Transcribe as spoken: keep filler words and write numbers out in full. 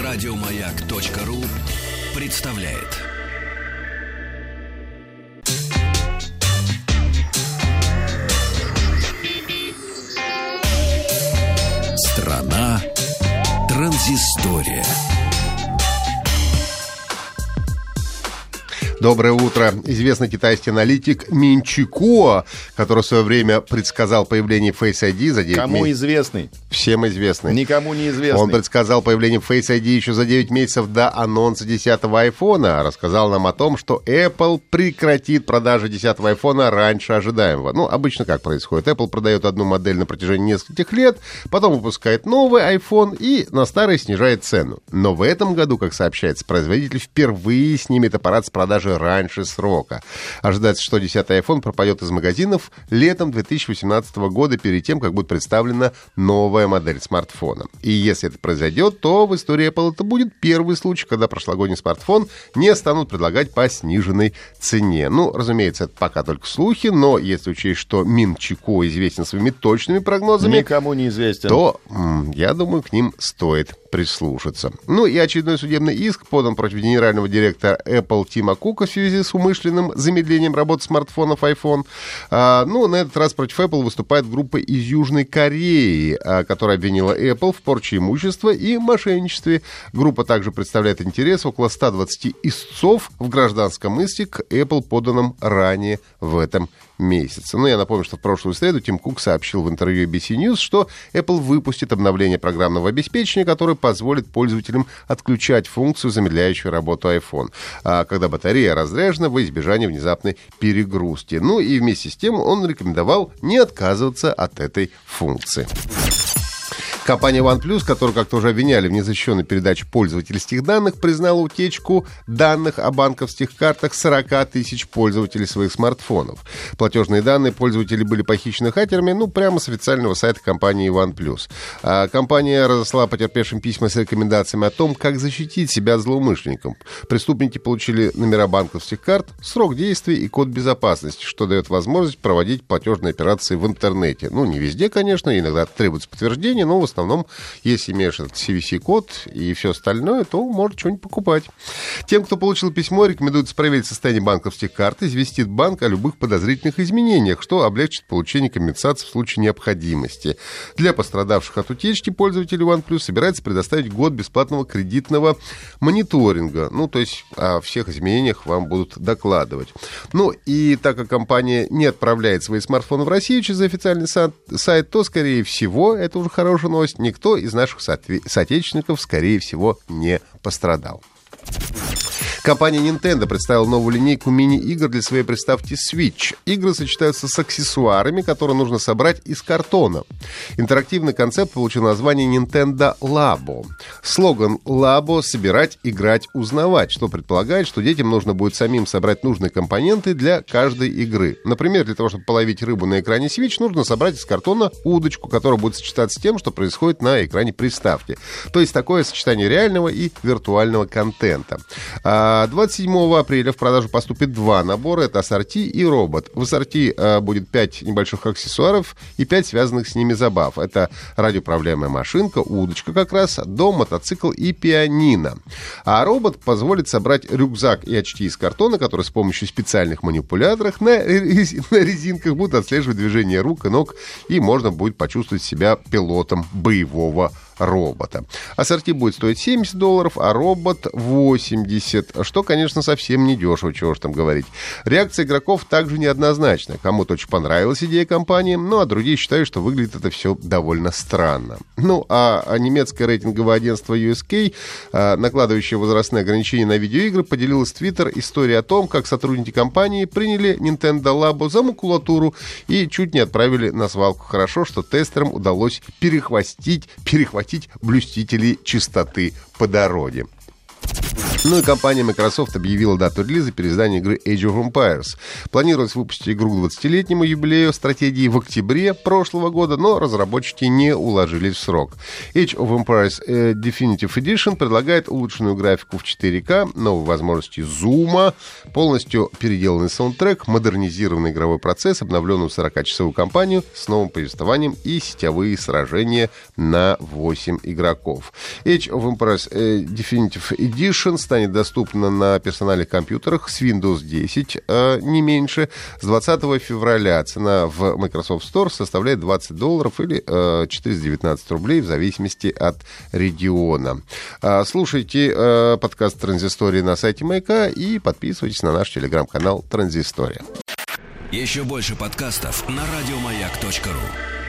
Радиомаяк.ру представляет. Страна транзистория. Доброе утро. Известный китайский аналитик Мин Чи Куо, который в свое время предсказал появление Face ай ди за девять месяцев. Кому известный? Всем известный. Никому не известный. Он предсказал появление Face ай ди еще за девять месяцев до анонса десятого айфона. Рассказал нам о том, что Apple прекратит продажи десятого айфона раньше ожидаемого. Ну, обычно как происходит? Apple продает одну модель на протяжении нескольких лет, потом выпускает новый iPhone и на старый снижает цену. Но в этом году, как сообщается, производитель впервые снимет аппарат с продажи раньше срока. Ожидается, что десятый iPhone пропадет из магазинов летом две тысячи восемнадцатого года, перед тем, как будет представлена новая модель смартфона. И если это произойдет, то в истории Apple это будет первый случай, когда прошлогодний смартфон не станут предлагать по сниженной цене. Ну, разумеется, это пока только слухи, но если учесть, что Мин Чи Куо известен своими точными прогнозами, никому не известен, то, м- я думаю, к ним стоит прислушаться. Ну и очередной судебный иск подан против генерального директора Apple Тима Кука в связи с умышленным замедлением работы смартфонов iPhone. А, ну, на этот раз против Apple выступает группа из Южной Кореи, а, которая обвинила Apple в порче имущества и мошенничестве. Группа также представляет интерес около ста двадцати истцов в гражданском иске к Apple, поданном ранее в этом месяце. Ну, я напомню, что в прошлую среду Тим Кук сообщил в интервью эй би си News, что Apple выпустит обновление программного обеспечения, которое позволит пользователям отключать функцию, замедляющую работу iPhone, когда батарея разряжена, во избежание внезапной перегрузки. Ну и вместе с тем он рекомендовал не отказываться от этой функции. Компания OnePlus, которую как-то уже обвиняли в незащищенной передаче пользовательских данных, признала утечку данных о банковских картах сорок тысяч пользователей своих смартфонов. Платежные данные пользователей были похищены хакерами, ну, прямо с официального сайта компании OnePlus. А компания разослала потерпевшим письма с рекомендациями о том, как защитить себя от злоумышленников. Преступники получили номера банковских карт, срок действия и код безопасности, что дает возможность проводить платежные операции в интернете. Ну, не везде, конечно, иногда требуется подтверждение, но в основном В основном, если имеешь этот си ви си-код и все остальное, то может что-нибудь покупать. Тем, кто получил письмо, рекомендуется проверить состояние банковских карт, известит банк о любых подозрительных изменениях, что облегчит получение компенсации в случае необходимости. Для пострадавших от утечки пользователей OnePlus собирается предоставить год бесплатного кредитного мониторинга. Ну, то есть о всех изменениях вам будут докладывать. Ну, и так как компания не отправляет свои смартфоны в Россию через официальный сайт, то, скорее всего, это уже хорошая новость, никто из наших соотечественников, скорее всего, не пострадал. Компания Nintendo представила новую линейку мини-игр для своей приставки Switch. Игры сочетаются с аксессуарами, которые нужно собрать из картона. Интерактивный концепт получил название Nintendo Labo. Слоган Labo — собирать, играть, узнавать, что предполагает, что детям нужно будет самим собрать нужные компоненты для каждой игры. Например, для того, чтобы половить рыбу на экране Switch, нужно собрать из картона удочку, которая будет сочетаться с тем, что происходит на экране приставки. То есть такое сочетание реального и виртуального контента. двадцать седьмого апреля в продажу поступит два набора. Это ассорти и робот. В ассорти э, будет пять небольших аксессуаров и пять связанных с ними забав. Это радиоуправляемая машинка, удочка как раз, дом, мотоцикл и пианино. А робот позволит собрать рюкзак и очки из картона, которые с помощью специальных манипуляторов на, рез... на резинках будут отслеживать движение рук и ног, и можно будет почувствовать себя пилотом боевого робота. Ассорти будет стоить семьдесят долларов, а робот восемьдесят, что, конечно, совсем не дешево, чего уж там говорить. Реакция игроков также неоднозначна. Кому-то очень понравилась идея компании, ну а другие считают, что выглядит это все довольно странно. Ну, а, а немецкое рейтинговое агентство ю эс кей, а, накладывающее возрастные ограничения на видеоигры, поделилось в Твиттер историей о том, как сотрудники компании приняли Nintendo Labo за макулатуру и чуть не отправили на свалку. Хорошо, что тестерам удалось перехватить, перехватить блюстителей чистоты по дороге. Ну и компания Microsoft объявила дату релиза переиздания игры Age of Empires. Планировалось выпустить игру к двадцатилетнему юбилею стратегии в октябре прошлого года, но разработчики не уложились в срок. Age of Empires Definitive Edition предлагает улучшенную графику в четыре ка, новые возможности зума, полностью переделанный саундтрек, модернизированный игровой процесс, обновленную сорокачасовую кампанию с новым повествованием и сетевые сражения на восемь игроков. Age of Empires Definitive Edition станет доступна на персональных компьютерах с Windows десять, э, не меньше. С двадцатого февраля цена в Microsoft Store составляет двадцать долларов или э, четыреста девятнадцать рублей в зависимости от региона. Э, слушайте э, подкаст «Транзистория» на сайте Маяка и подписывайтесь на наш телеграм-канал «Транзистория». Еще больше подкастов на радиомаяк точка ру.